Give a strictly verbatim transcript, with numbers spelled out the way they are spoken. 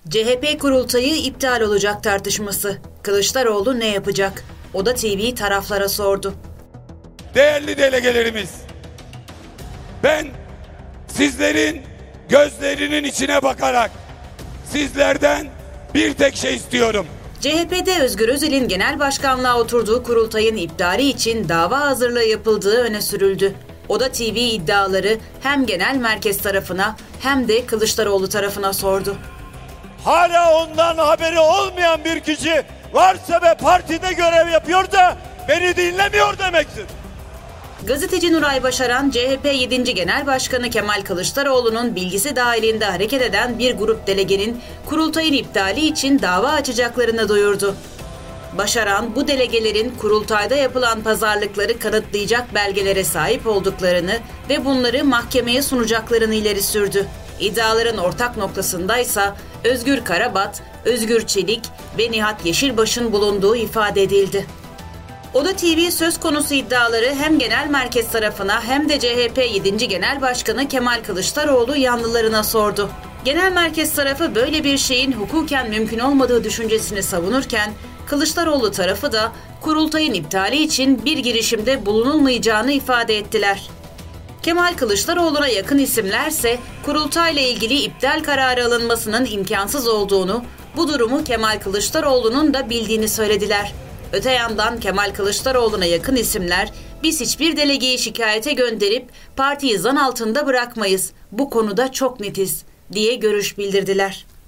C H P kurultayı iptal olacak tartışması. Kılıçdaroğlu ne yapacak? Oda T V taraflara sordu. Değerli delegelerimiz, ben sizlerin gözlerinin içine bakarak sizlerden bir tek şey istiyorum. C H P'de Özgür Özel'in genel başkanlığa oturduğu kurultayın iptali için dava hazırlığı yapıldığı öne sürüldü. Oda T V iddiaları hem genel merkez tarafına hem de Kılıçdaroğlu tarafına sordu. Hala ondan haberi olmayan bir kişi varsa ve partide görev yapıyor da beni dinlemiyor demektir. Gazeteci Nuray Başaran, C H P yedinci Genel Başkanı Kemal Kılıçdaroğlu'nun bilgisi dahilinde hareket eden bir grup delegenin kurultayın iptali için dava açacaklarını duyurdu. Başaran, bu delegelerin kurultayda yapılan pazarlıkları kanıtlayacak belgelere sahip olduklarını ve bunları mahkemeye sunacaklarını ileri sürdü. İddiaların ortak noktasındaysa Özgür Karabat, Özgür Çelik ve Nihat Yeşilbaş'ın bulunduğu ifade edildi. Oda T V söz konusu iddiaları hem genel merkez tarafına hem de C H P yedinci Genel Başkanı Kemal Kılıçdaroğlu yanlılarına sordu. Genel merkez tarafı böyle bir şeyin hukuken mümkün olmadığı düşüncesini savunurken, Kılıçdaroğlu tarafı da kurultayın iptali için bir girişimde bulunulmayacağını ifade ettiler. Kemal Kılıçdaroğlu'na yakın isimlerse kurultayla ilgili iptal kararı alınmasının imkansız olduğunu, bu durumu Kemal Kılıçdaroğlu'nun da bildiğini söylediler. Öte yandan Kemal Kılıçdaroğlu'na yakın isimler, biz hiçbir delegeyi şikayete gönderip partiyi zan altında bırakmayız, bu konuda çok netiz diye görüş bildirdiler.